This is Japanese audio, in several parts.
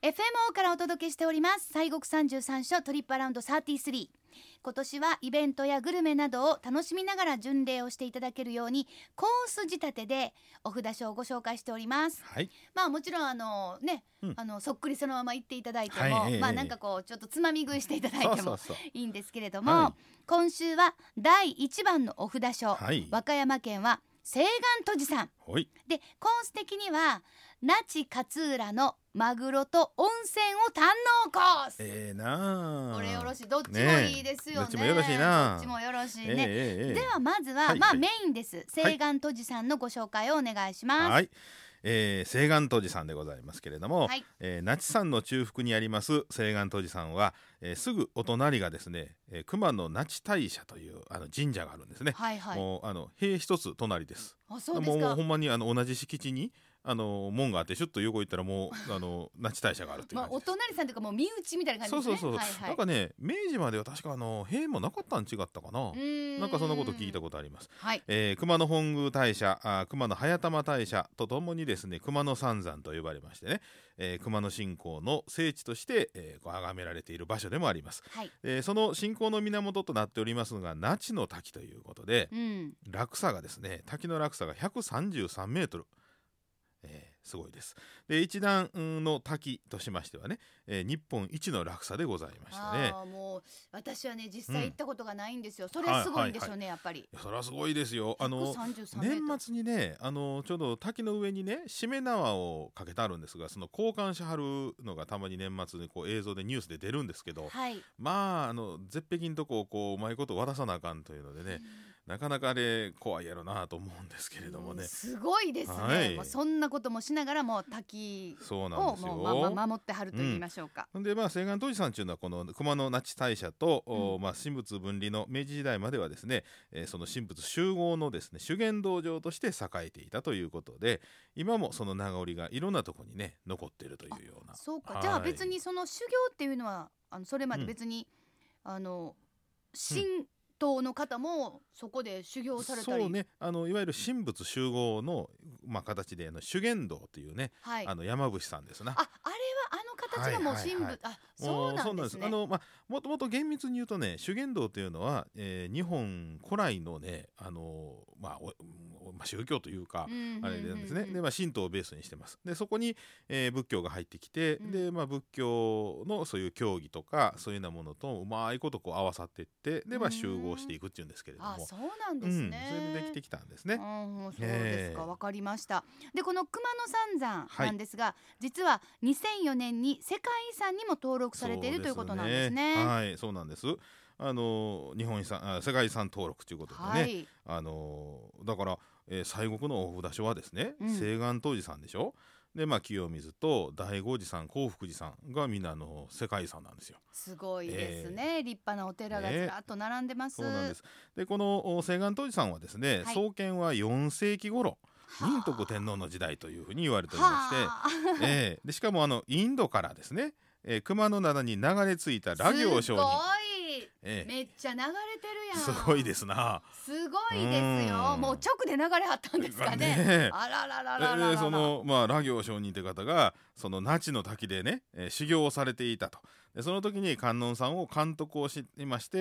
FMO からお届けしております西国33所トリップアラウンド33。今年はイベントやグルメなどを楽しみながら巡礼をしていただけるようにコース仕立てでお札書をご紹介しております。 はい、 まあもちろんそっくりそのまま行っていただいても、まあなんかこうちょっとつまみ食いしていただいてもいいんですけれども、 はい、 今週は第1番のお札書、 はい、 和歌山県は清岸渡寺さんで、コース的には那智勝浦のマグロと温泉を堪能コース。 なこれよろしい、どっちもいいですよね。 どっちもよろしいな。 どっちもよろしいね。ではまずは、 はい、 メインです。清岸渡寺さんのご紹介をお願いします。 はい、清岸渡寺さんでございますけれども、 はい、 那智山の中腹にあります清岸渡寺さんは、すぐお隣がですね、熊野那智大社という神社があるんですね。 はいはい、 もう塀一つ隣です。 あ、そうですか。 もうほんまに同じ敷地に門があってシュッと横行ったらもう那智大社があるっていう感じです。 お隣さんというかもう身内みたいな感じですね。 そう、はいはい、なんかね明治までは確か塀もなかったん違ったかな。なんかそんなこと聞いたことあります。 はい、 熊野本宮大社、熊野早玉大社とともにですね熊野三山と呼ばれましてね、熊野信仰の聖地として、崇められている場所でもあります。 はい、 その信仰の源となっておりますのが那智の滝ということで、落差がですね滝の落差が133メートル。すごいです。で一段の滝としましてはね、日本一の落差でございましてね。 もう私はね実際行ったことがないんですよ。それすごいんでしょうね、やっぱり。 それはすごいですよ。 年末にねちょうど滝の上にねしめ縄をかけてあるんですが、その交換しはるのがたまに年末にこう映像でニュースで出るんですけど、 はい、 まあ絶壁のとこをこううまいこと渡さなあかんというのでね、なかなかあれ怖いやろなと思うんですけれどもね、 すごいですね、はい、そんなこともしながらも滝をもう守ってはると言いましょうか。 で清岸渡寺さんというのはこの熊野那智大社と、神仏分離の明治時代まではですね、その神仏集合のですね修験道場として栄えていたということで、今もその名残がいろんなところにね残っているというような。 そうか、じゃあ別にその修行っていうのはそれまで別に、神道の方もそこで修行されたり、 そうね、いわゆる神仏集合の、形で修験道というね、はい、山伏さんですな。 あれは形がもう神仏、そうなんですね。 もともと厳密に言うとね修験道というのは、日本古来のね宗教というかあれなんですね。で、神道をベースにしてます。でそこに、仏教が入ってきて、で、仏教のそういう教義とかそういうようなものとうまいことこう合わさっていって、で、集合していくっていうんですけれども、 そうなんですね。 それでできてきたんですね。 そうですか、わかりました。でこの熊野三山なんですが、実は2004年に世界遺産にも登録されているということなんですね。 はい、そうなんです。日本遺産世界遺産登録ということでね、だから、西国のお札所はですね、清岸渡寺さんでしょ。で清水と醍醐寺さん、興福寺さんがみんな世界遺産なんですよ。 すごいですね、立派なお寺がずらっと並んでます。 そうなんです。でこの清岸渡寺さんはですね、創建は4世紀頃、仁徳天皇の時代というふうに言われておりまして、でしかもインドからですね、熊野灘に流れ着いた羅行商人。 めっちゃ流れてるやん。 すごいですな。 すごいですよ。もう直で流れはったんですかね。あらららららら。 その羅行商人という方がその那智の滝でね、修行をされていたと。でその時に観音さんを監督をしまして、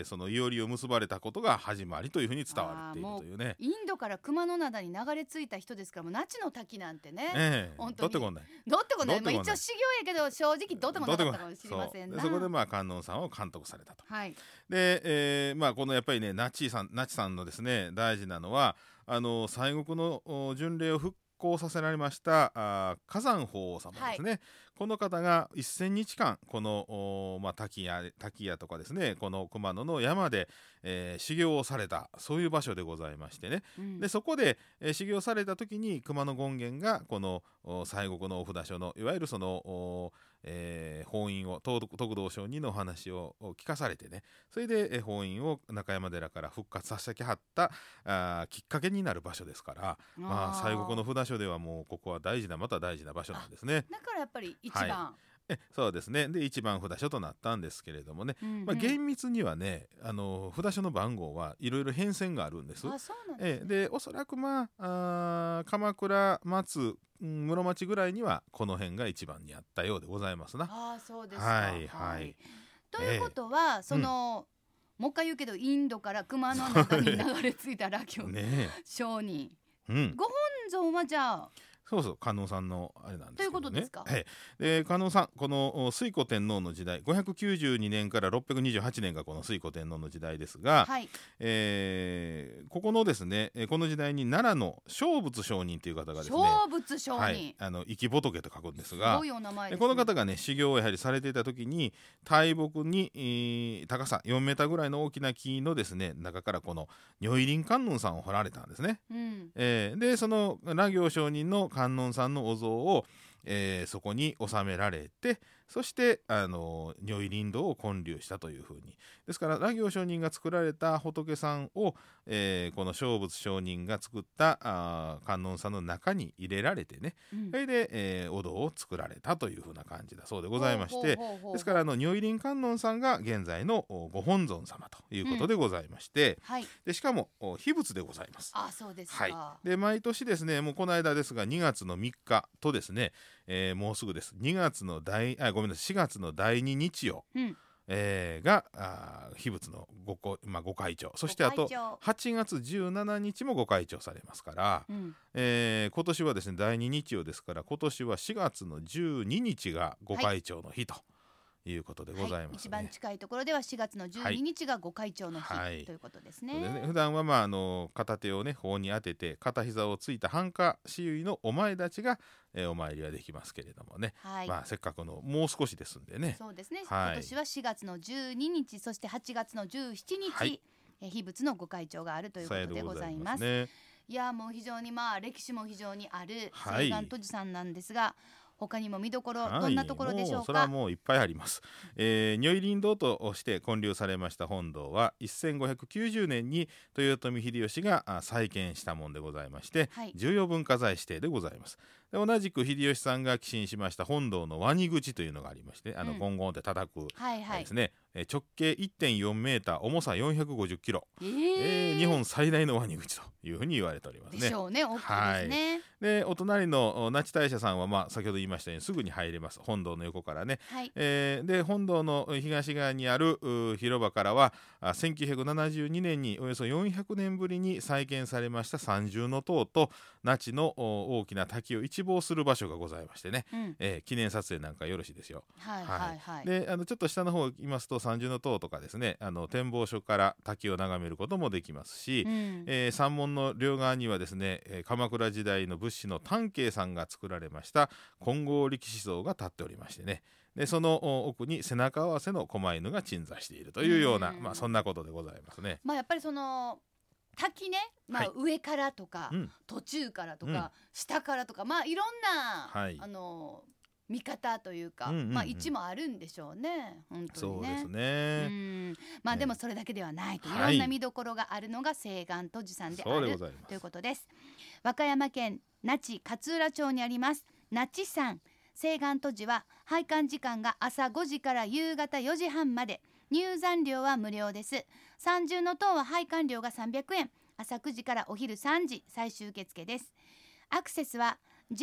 そのいおりを結ばれたことが始まりというふうに伝わっているというね。 インドから熊野灘に流れ着いた人ですから、もう那智の滝なんてね、 本当にどってこんない一応修行やけど正直どうでもなかったかもしれませんな。 そこで観音さんを監督されたと。 はい、 で、このやっぱりね那智さんのですね大事なのは西国の巡礼を復興させられました火山法皇様ですね。この方が1000日間この、滝屋とかですね、この熊野の山で、修行をされた、そういう場所でございましてね、でそこで、修行された時に熊野権現がこの西国のお札所のいわゆるその法印を徳道上人のお話を聞かされてね、それで法印を中山寺から復活させてはったきっかけになる場所ですから、西国の札所ではもうここはまた大事な場所なんですね。 だからやっぱり一番、 そうですね。で一番札所となったんですけれどもね、 うんうん厳密にはね札所の番号はいろいろ変遷があるんです。 あ、そうなんですね。 でおそらく鎌倉松室町ぐらいにはこの辺が一番にあったようでございますな。 あ、そうですか。 はいはい。 ということは、もう一回言うけど、インドから熊の中に流れ着いた羅教ね商人、 え、うん、 ご本尊はじゃあそうそう、観音さんのあれなんですけどね。 ということですか。 で観音さん、この推古天皇の時代、592年から628年がこの推古天皇の時代ですが、 はい、 ここのですね、この時代に奈良の勝仏上人という方がですね、 勝仏上人、 はい、生き仏と書くんですすが、 ごいお名前ですね。 この方がね修行をやはりされていた時に大木に、高さ4メーターぐらいの大きな木のですね中からこの如意輪観音さんを彫られたんですね。 うん、 でその羅行上人の観音さんのお像を、そこに収められて、そして如意輪堂を建立したというふうに。ですから羅行上人が作られた仏さんを、この勝仏上人が作った観音さんの中に入れられてね、それで、お堂を作られたというふうな感じだそうでございまして、ですから如意輪観音さんが現在のご本尊様ということでございまして、 はい、 でしかも秘仏でございます。 あ、そうですか。 はい、で毎年ですね、もうこの間ですが2月の3日とですね、もうすぐです、4月の第2日曜、が秘仏のご開帳、そしてあと8月17日もご開帳されますから、今年はですね第2日曜ですから、今年は4月の12日がご開帳の日ということでございますね。 一番近いところでは4月の12日がご開帳の日、ということですね。 そうですね。普段は片手をね頬に当てて片膝をついた半夏子結のお前たちが、お参りはできますけれどもね、せっかくのもう少しですんでね。 そうですね、今年は4月の12日、そして8月の17日、秘仏のご開帳があるということでございます。いや、もう非常に歴史も非常にある清願戸寺さんなんですが、他にも見どころ、どんなところでしょうか。 それはもういっぱいあります。如意輪堂として建立されました本堂は1590年に豊臣秀吉が再建したものでございまして、重要文化財指定でございます。で同じく秀吉さんが寄進しました本堂のワニ口というのがありまして、ゴンゴンって叩くですね、直径 1.4 メーター、重さ450キロ、日本最大のワニ口というふうに言われておりますね。 でしょうね、大きいですね。 でお隣の那智大社さんは、先ほど言いましたようにすぐに入れます。本堂の横からね、で本堂の東側にある広場からは1972年におよそ400年ぶりに再建されました三重塔と那智の大きな滝を一望する場所がございましてね、記念撮影なんかよろしいですよ。でちょっと下の方行きますと三重塔とかですね、展望所から滝を眺めることもできますし、山門の両側にはですね、鎌倉時代の仏師の湛慶さんが作られました金剛力士像が立っておりましてね、でその奥に背中合わせの狛犬が鎮座しているというような、そんなことでございますね。 やっぱりその滝ね、上からとか、途中からとか、下からとか、いろんな、見方というか、位置もあるんでしょうね。本当にね。 そうですね。 でもそれだけではないと、いろんな見どころがあるのが清願戸寺さんであるということです。和歌山県那智勝浦町にあります那智山清願戸寺は拝観時間が朝5時から夕方4時半まで、入山料は無料です。三重塔は拝観料が300円、朝9時からお昼3時最終受付です。アクセスは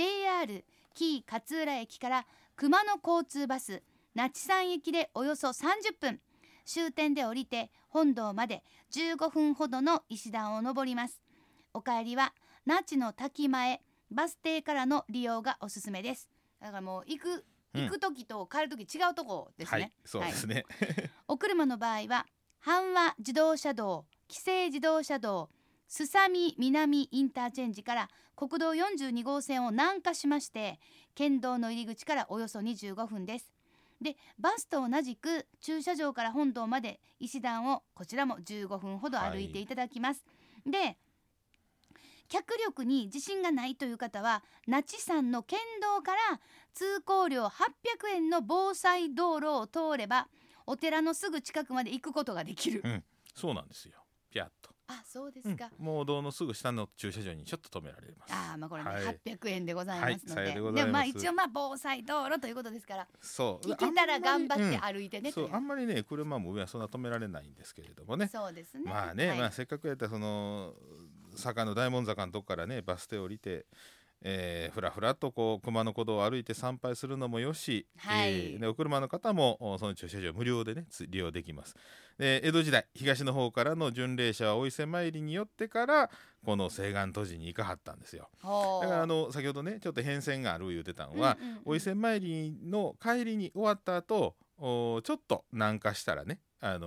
JR 紀伊勝浦駅から熊野交通バス那智山駅でおよそ30分、終点で降りて本堂まで15分ほどの石段を登ります。お帰りは那智の滝前バス停からの利用がおすすめです。だからもう行く時と帰る時違うとこですね。 そうですね。 お車の場合は阪和自動車道、紀勢自動車道、すさみ南インターチェンジから国道42号線を南下しまして、県道の入り口からおよそ25分です。でバスと同じく駐車場から本堂まで石段をこちらも15分ほど歩いていただきます。で脚力に自信がないという方は那智山の県道から通行料800円の防災道路を通ればお寺のすぐ近くまで行くことができる、 そうなんですよ。ピャッとあ、そうですか。 もうお堂のすぐ下の駐車場にちょっと止められます。 まあこれね、 はい 800円でございますので、 はいさようでございますでもまあ一応まあ防災道路ということですから、 そう行けたら頑張ってあんまり歩いてねという。 そうあんまりね車も上はそんな止められないんですけれどもね。 そうですね。 まあね、 はいまあせっかくやったらその坂の大門坂のとこからねバス停降りて、ふらふらっとこう熊野古道を歩いて参拝するのもよし、 はいでお車の方もその駐車場無料でね利用できます。で江戸時代東の方からの巡礼者はお伊勢参りによってからこの西岸都市に行かはったんですよ。 ほうだから先ほどねちょっと変遷がある言うてたのは、お伊勢参りの帰りに終わった後ちょっと南下したらね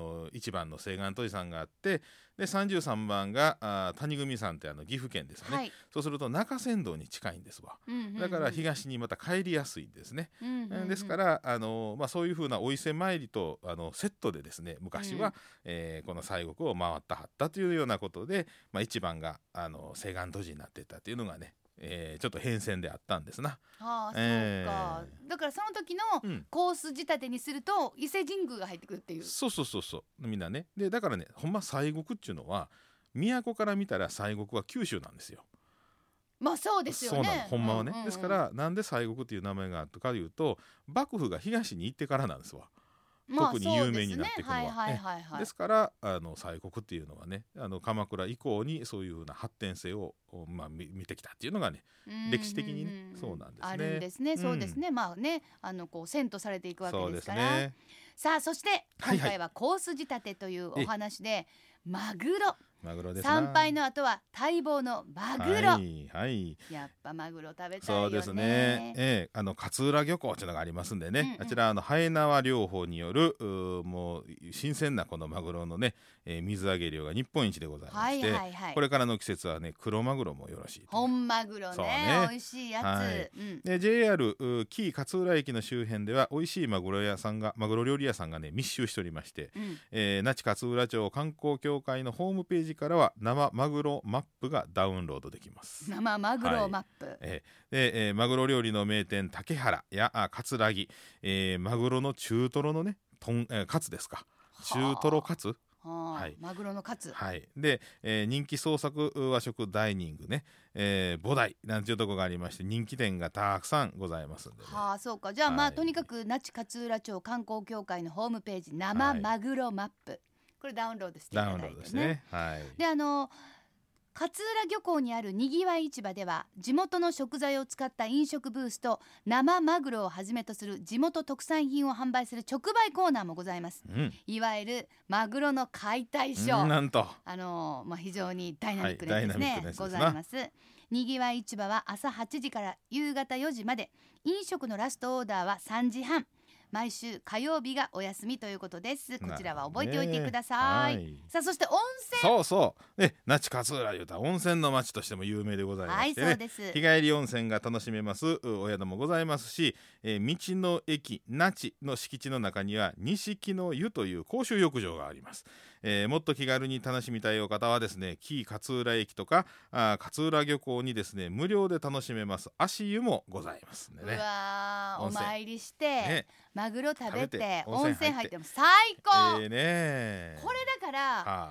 1番の西岸都市さんがあってで33番が谷組山って岐阜県ですよね、 はい。 そうすると中山道に近いんですわ。だから東にまた帰りやすいんですね。ですからそういうふうなお伊勢参りとセットでですね昔は、この西国を回ったはったというようなことで、1番が西岸都市になっていったというのがね、ちょっと変遷であったんですな。 ああ、そうか。だからその時のコース仕立てにすると伊勢神宮が入ってくるっていう。 そうみんなね。でだからねほんま西国っていうのは都から見たら西国は九州なんですよ。 まあそうですよね。 そうなのほんまはね、ですからなんで西国っていう名前があったかというと幕府が東に行ってからなんですわ。特に有名になっていくのはですから西国っていうのはね鎌倉以降にそういうふうな発展性を、見てきたっていうのがね歴史的にねそうなんですね。 あるんですね。そうですね。まあねこう遷都されていくわけですから。 そうですね。 さあそして今回はコース仕立てというお話で、マグロですな。 参拝の後は待望のマグロ、やっぱマグロ食べたいよね。 そうですね、勝浦漁港というのがありますんでね、あちらはえ縄漁法によるもう新鮮なこのマグロのね、水揚げ量が日本一でございまして、これからの季節はね黒マグロもよろしい。 本マグロ ね美味しいやつ、 で JR 紀伊勝浦駅の周辺では美味しいマグロ料理屋さんがね密集しておりまして、那智勝浦町観光協会のホームページからは生マグロマップがダウンロードできます。 生マグロマップ、 でマグロ料理の名店竹原や桂木、マグロの中トロのねカツですか、中トロカツ、 マグロのカツ、 で、人気創作和食ダイニングね、菩提なんていうところがありまして人気店がたくさんございますんで、ね、 そうか。じゃあとにかく那智勝浦町観光協会のホームページ生マグロマップ、これダウンロードしていただいてね。 ダウンロードですね。 で勝浦漁港にあるにぎわい市場では地元の食材を使った飲食ブースと生マグロをはじめとする地元特産品を販売する直売コーナーもございます、いわゆるマグロの解体ショー、 なんと非常にダイナミックなですね、ございます。にぎわい市場は朝8時から夕方4時まで、飲食のラストオーダーは3時半、毎週火曜日がお休みということです。こちらは覚えておいてください。さあそして温泉、 那智勝浦いうた温泉の町としても有名でございましてね、日帰り温泉が楽しめますお宿もございますし、道の駅那智の敷地の中には錦の湯という公衆浴場があります。もっと気軽に楽しみたいお方はですね紀伊勝浦駅とか勝浦漁港にですね無料で楽しめます足湯もございますんでね。 うわお参りして、マグロ食べて温温泉泉入っても最高、これねだから、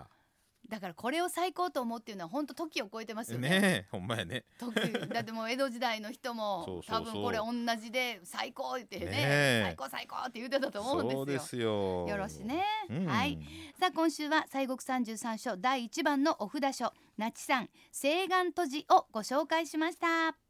だからこれを最高と思うっていうのは本当時を超えてますよね。 ね、ほんまやね。 だってもう江戸時代の人も多分これ同じで最高言ってね、最高って言ってたと思うんですよ。 そうですよ。 よろしね。さあ今週は西国33所第1番のお札所那智山西岸都市をご紹介しました。